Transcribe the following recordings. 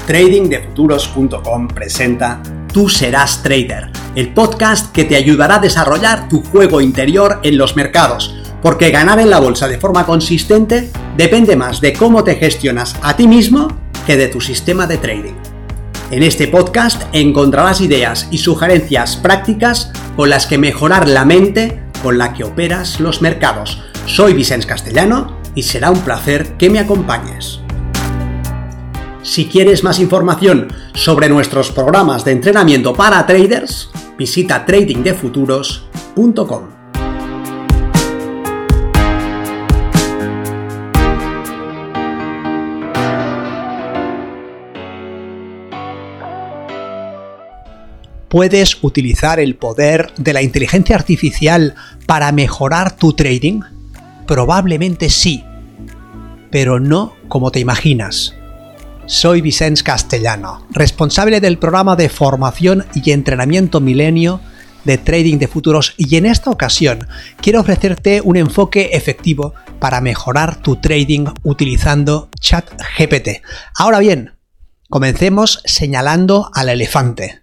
tradingdefuturos.com presenta Tú serás trader, el podcast que te ayudará a desarrollar tu juego interior en los mercados, porque ganar en la bolsa de forma consistente depende más de cómo te gestionas a ti mismo que de tu sistema de trading. En este podcast encontrarás ideas y sugerencias prácticas con las que mejorar la mente con la que operas los mercados. Soy Vicens Castellano y será un placer que me acompañes. Si quieres más información sobre nuestros programas de entrenamiento para traders, visita tradingdefuturos.com. ¿Puedes utilizar el poder de la inteligencia artificial para mejorar tu trading? Probablemente sí, pero no como te imaginas. Soy Vicens Castellano, responsable del programa de formación y entrenamiento milenio de Trading de Futuros, y en esta ocasión quiero ofrecerte un enfoque efectivo para mejorar tu trading utilizando ChatGPT. Ahora bien, comencemos señalando al elefante.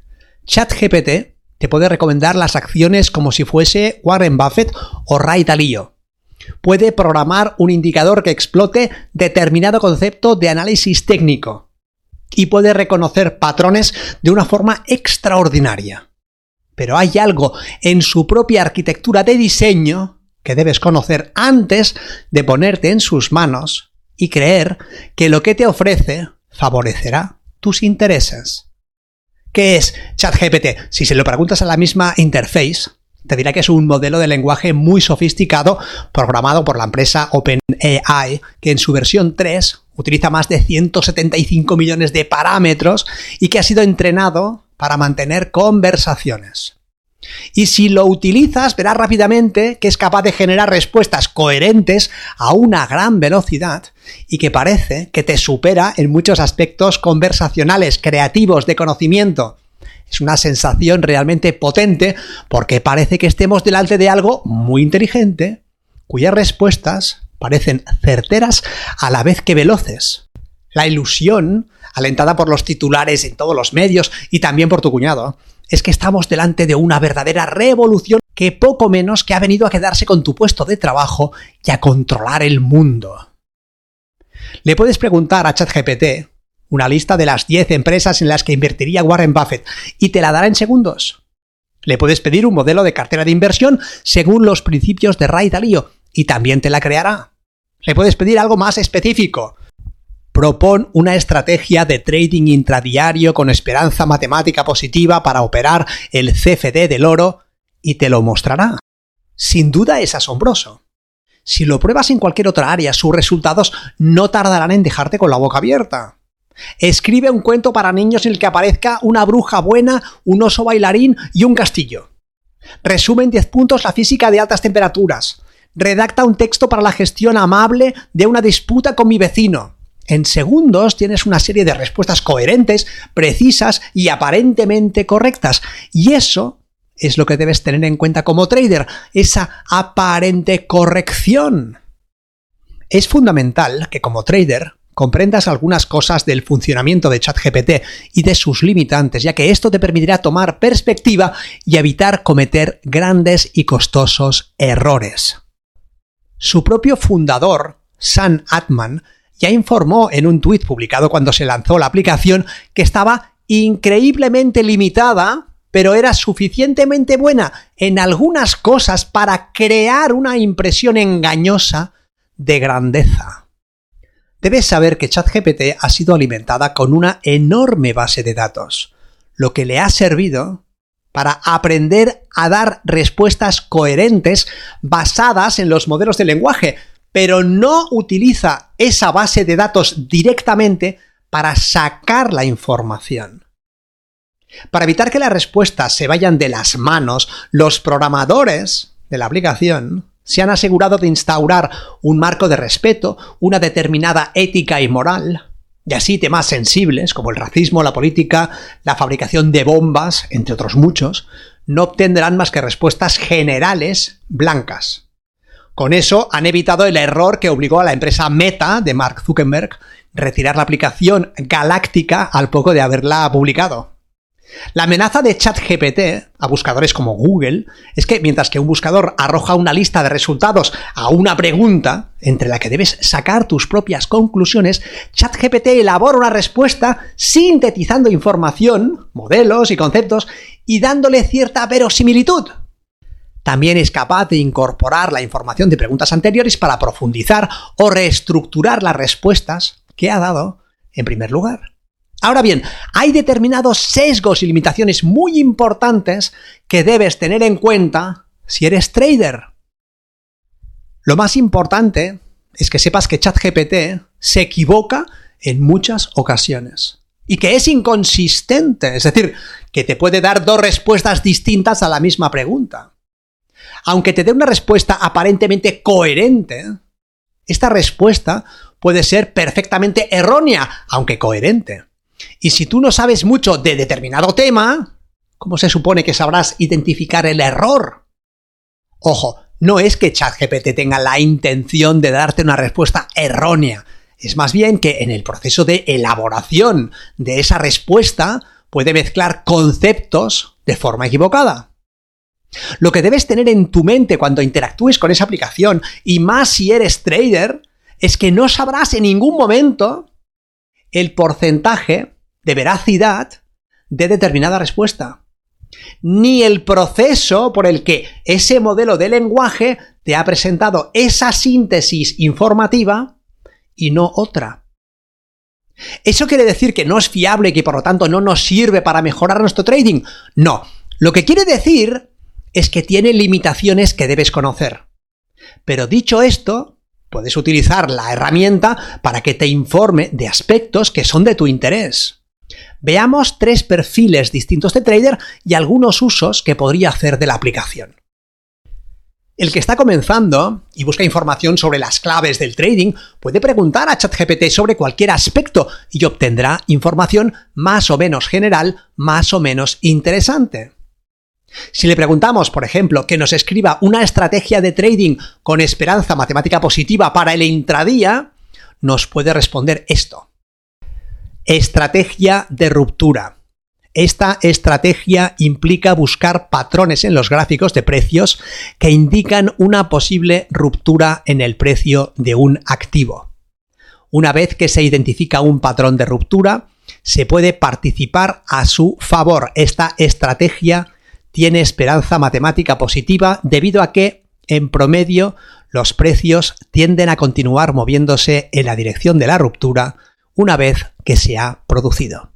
ChatGPT te puede recomendar las acciones como si fuese Warren Buffett o Ray Dalio. Puede programar un indicador que explote determinado concepto de análisis técnico y puede reconocer patrones de una forma extraordinaria. Pero hay algo en su propia arquitectura de diseño que debes conocer antes de ponerte en sus manos y creer que lo que te ofrece favorecerá tus intereses. ¿Qué es ChatGPT? Si se lo preguntas a la misma interface, te dirá que es un modelo de lenguaje muy sofisticado programado por la empresa OpenAI, que en su versión 3 utiliza más de 175 millones de parámetros y que ha sido entrenado para mantener conversaciones. Y si lo utilizas, verás rápidamente que es capaz de generar respuestas coherentes a una gran velocidad y que parece que te supera en muchos aspectos conversacionales, creativos, de conocimiento. Es una sensación realmente potente porque parece que estemos delante de algo muy inteligente, cuyas respuestas parecen certeras a la vez que veloces. La ilusión, alentada por los titulares en todos los medios y también por tu cuñado, es que estamos delante de una verdadera revolución que poco menos que ha venido a quedarse con tu puesto de trabajo y a controlar el mundo. Le puedes preguntar a ChatGPT una lista de las 10 empresas en las que invertiría Warren Buffett y te la dará en segundos. Le puedes pedir un modelo de cartera de inversión según los principios de Ray Dalio y también te la creará. Le puedes pedir algo más específico. Propón una estrategia de trading intradiario con esperanza matemática positiva para operar el CFD del oro y te lo mostrará. Sin duda es asombroso. Si lo pruebas en cualquier otra área, sus resultados no tardarán en dejarte con la boca abierta. Escribe un cuento para niños en el que aparezca una bruja buena, un oso bailarín y un castillo. Resume en 10 puntos la física de altas temperaturas. Redacta un texto para la gestión amable de una disputa con mi vecino. En segundos tienes una serie de respuestas coherentes, precisas y aparentemente correctas. Y eso es lo que debes tener en cuenta como trader, esa aparente corrección. Es fundamental que como trader comprendas algunas cosas del funcionamiento de ChatGPT y de sus limitantes, ya que esto te permitirá tomar perspectiva y evitar cometer grandes y costosos errores. Su propio fundador, Sam Altman, ya informó en un tuit publicado cuando se lanzó la aplicación que estaba increíblemente limitada, pero era suficientemente buena en algunas cosas para crear una impresión engañosa de grandeza. Debes saber que ChatGPT ha sido alimentada con una enorme base de datos, lo que le ha servido para aprender a dar respuestas coherentes basadas en los modelos de lenguaje, pero no utiliza esa base de datos directamente para sacar la información. Para evitar que las respuestas se vayan de las manos, los programadores de la aplicación se han asegurado de instaurar un marco de respeto, una determinada ética y moral, y así temas sensibles como el racismo, la política, la fabricación de bombas, entre otros muchos, no obtendrán más que respuestas generales blancas. Con eso han evitado el error que obligó a la empresa Meta de Mark Zuckerberg retirar la aplicación Galáctica al poco de haberla publicado. La amenaza de ChatGPT a buscadores como Google es que mientras que un buscador arroja una lista de resultados a una pregunta entre la que debes sacar tus propias conclusiones, ChatGPT elabora una respuesta sintetizando información, modelos y conceptos y dándole cierta verosimilitud. También es capaz de incorporar la información de preguntas anteriores para profundizar o reestructurar las respuestas que ha dado en primer lugar. Ahora bien, hay determinados sesgos y limitaciones muy importantes que debes tener en cuenta si eres trader. Lo más importante es que sepas que ChatGPT se equivoca en muchas ocasiones y que es inconsistente, es decir, que te puede dar dos respuestas distintas a la misma pregunta. Aunque te dé una respuesta aparentemente coherente, esta respuesta puede ser perfectamente errónea, aunque coherente. Y si tú no sabes mucho de determinado tema, ¿cómo se supone que sabrás identificar el error? Ojo, no es que ChatGPT tenga la intención de darte una respuesta errónea. Es más bien que en el proceso de elaboración de esa respuesta puede mezclar conceptos de forma equivocada. Lo que debes tener en tu mente cuando interactúes con esa aplicación, y más si eres trader, es que no sabrás en ningún momento el porcentaje de veracidad de determinada respuesta, ni el proceso por el que ese modelo de lenguaje te ha presentado esa síntesis informativa y no otra. ¿Eso quiere decir que no es fiable y que por lo tanto no nos sirve para mejorar nuestro trading? No. Lo que quiere decir es que tiene limitaciones que debes conocer. Pero dicho esto, puedes utilizar la herramienta para que te informe de aspectos que son de tu interés. Veamos 3 perfiles distintos de trader y algunos usos que podría hacer de la aplicación. El que está comenzando y busca información sobre las claves del trading puede preguntar a ChatGPT sobre cualquier aspecto y obtendrá información más o menos general, más o menos interesante. Si le preguntamos, por ejemplo, que nos escriba una estrategia de trading con esperanza matemática positiva para el intradía, nos puede responder esto. Estrategia de ruptura. Esta estrategia implica buscar patrones en los gráficos de precios que indican una posible ruptura en el precio de un activo. Una vez que se identifica un patrón de ruptura, se puede participar a su favor. Esta estrategia tiene esperanza matemática positiva debido a que, en promedio, los precios tienden a continuar moviéndose en la dirección de la ruptura una vez que se ha producido.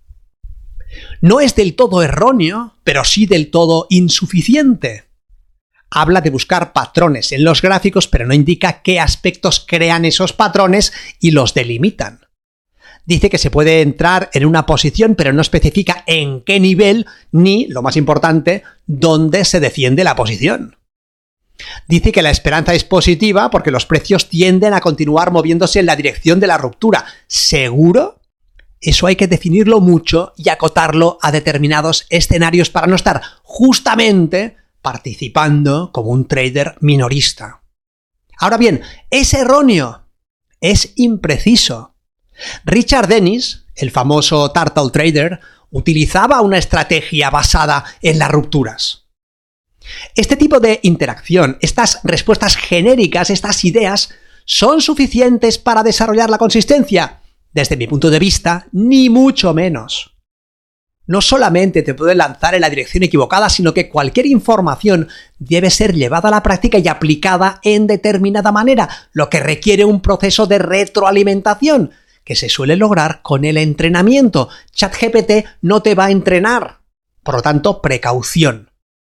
No es del todo erróneo, pero sí del todo insuficiente. Habla de buscar patrones en los gráficos, pero no indica qué aspectos crean esos patrones y los delimitan. Dice que se puede entrar en una posición, pero no especifica en qué nivel ni, lo más importante, dónde se defiende la posición. Dice que la esperanza es positiva porque los precios tienden a continuar moviéndose en la dirección de la ruptura. ¿Seguro? Eso hay que definirlo mucho y acotarlo a determinados escenarios para no estar justamente participando como un trader minorista. Ahora bien, ¿es erróneo? Es impreciso. Richard Dennis, el famoso Turtle Trader, utilizaba una estrategia basada en las rupturas. Este tipo de interacción, estas respuestas genéricas, estas ideas, ¿son suficientes para desarrollar la consistencia? Desde mi punto de vista, ni mucho menos. No solamente te puede lanzar en la dirección equivocada, sino que cualquier información debe ser llevada a la práctica y aplicada en determinada manera, lo que requiere un proceso de retroalimentación, que se suele lograr con el entrenamiento. ChatGPT no te va a entrenar. Por lo tanto, precaución.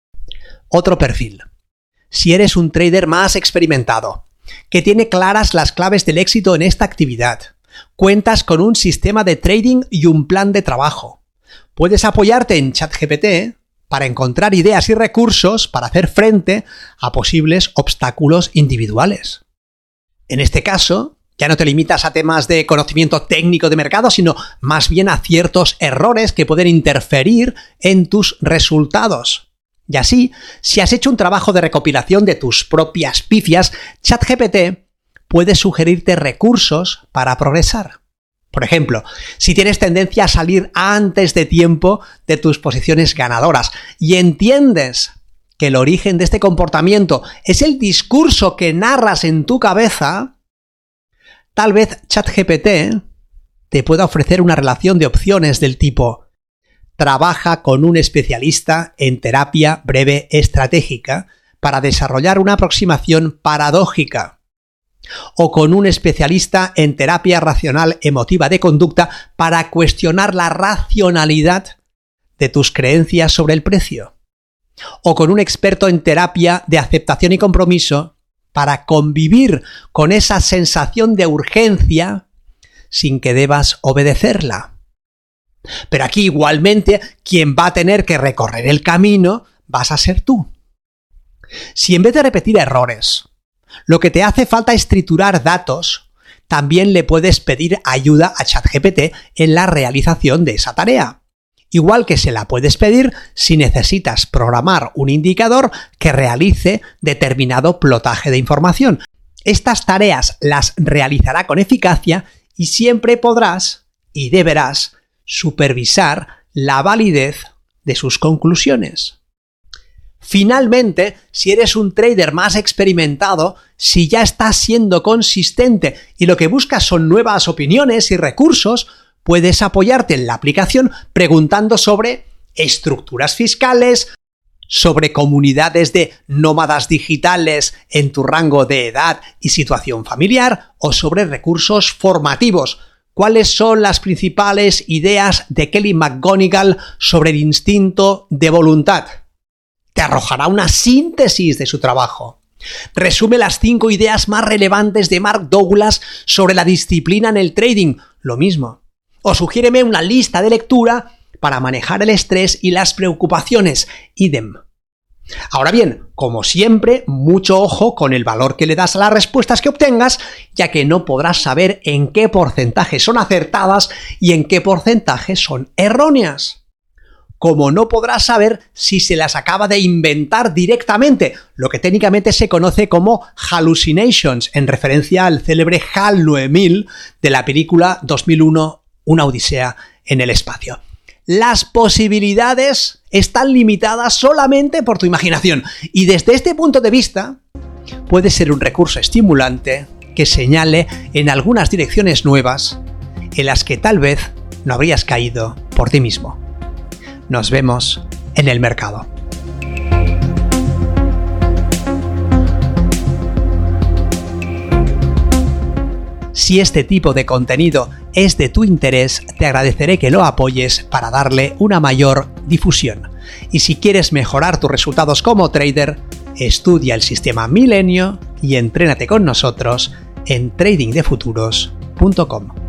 Otro perfil. Si eres un trader más experimentado, que tiene claras las claves del éxito en esta actividad, cuentas con un sistema de trading y un plan de trabajo, puedes apoyarte en ChatGPT para encontrar ideas y recursos para hacer frente a posibles obstáculos individuales. En este caso, ya no te limitas a temas de conocimiento técnico de mercado, sino más bien a ciertos errores que pueden interferir en tus resultados. Y así, si has hecho un trabajo de recopilación de tus propias pifias, ChatGPT puede sugerirte recursos para progresar. Por ejemplo, si tienes tendencia a salir antes de tiempo de tus posiciones ganadoras y entiendes que el origen de este comportamiento es el discurso que narras en tu cabeza, tal vez ChatGPT te pueda ofrecer una relación de opciones del tipo: trabaja con un especialista en terapia breve estratégica para desarrollar una aproximación paradójica, o con un especialista en terapia racional emotiva de conducta para cuestionar la racionalidad de tus creencias sobre el precio, o con un experto en terapia de aceptación y compromiso para convivir con esa sensación de urgencia sin que debas obedecerla. Pero aquí igualmente quien va a tener que recorrer el camino vas a ser tú. Si en vez de repetir errores, lo que te hace falta es triturar datos, también le puedes pedir ayuda a ChatGPT en la realización de esa tarea. Igual que se la puedes pedir si necesitas programar un indicador que realice determinado plotaje de información. Estas tareas las realizará con eficacia y siempre podrás y deberás supervisar la validez de sus conclusiones. Finalmente, si eres un trader más experimentado, si ya estás siendo consistente y lo que buscas son nuevas opiniones y recursos, puedes apoyarte en la aplicación preguntando sobre estructuras fiscales, sobre comunidades de nómadas digitales en tu rango de edad y situación familiar, o sobre recursos formativos. ¿Cuáles son las principales ideas de Kelly McGonigal sobre el instinto de voluntad? Te arrojará una síntesis de su trabajo. Resume las 5 ideas más relevantes de Mark Douglas sobre la disciplina en el trading. Lo mismo. O sugiéreme una lista de lectura para manejar el estrés y las preocupaciones. Idem. Ahora bien, como siempre, mucho ojo con el valor que le das a las respuestas que obtengas, ya que no podrás saber en qué porcentaje son acertadas y en qué porcentaje son erróneas. Como no podrás saber si se las acaba de inventar directamente, lo que técnicamente se conoce como hallucinations, en referencia al célebre HAL 9000 de la película 2001, Una odisea en el espacio. Las posibilidades están limitadas solamente por tu imaginación y desde este punto de vista puede ser un recurso estimulante que señale en algunas direcciones nuevas en las que tal vez no habrías caído por ti mismo. Nos vemos en el mercado. Si este tipo de contenido es de tu interés, te agradeceré que lo apoyes para darle una mayor difusión. Y si quieres mejorar tus resultados como trader, estudia el sistema Milenio y entrénate con nosotros en tradingdefuturos.com.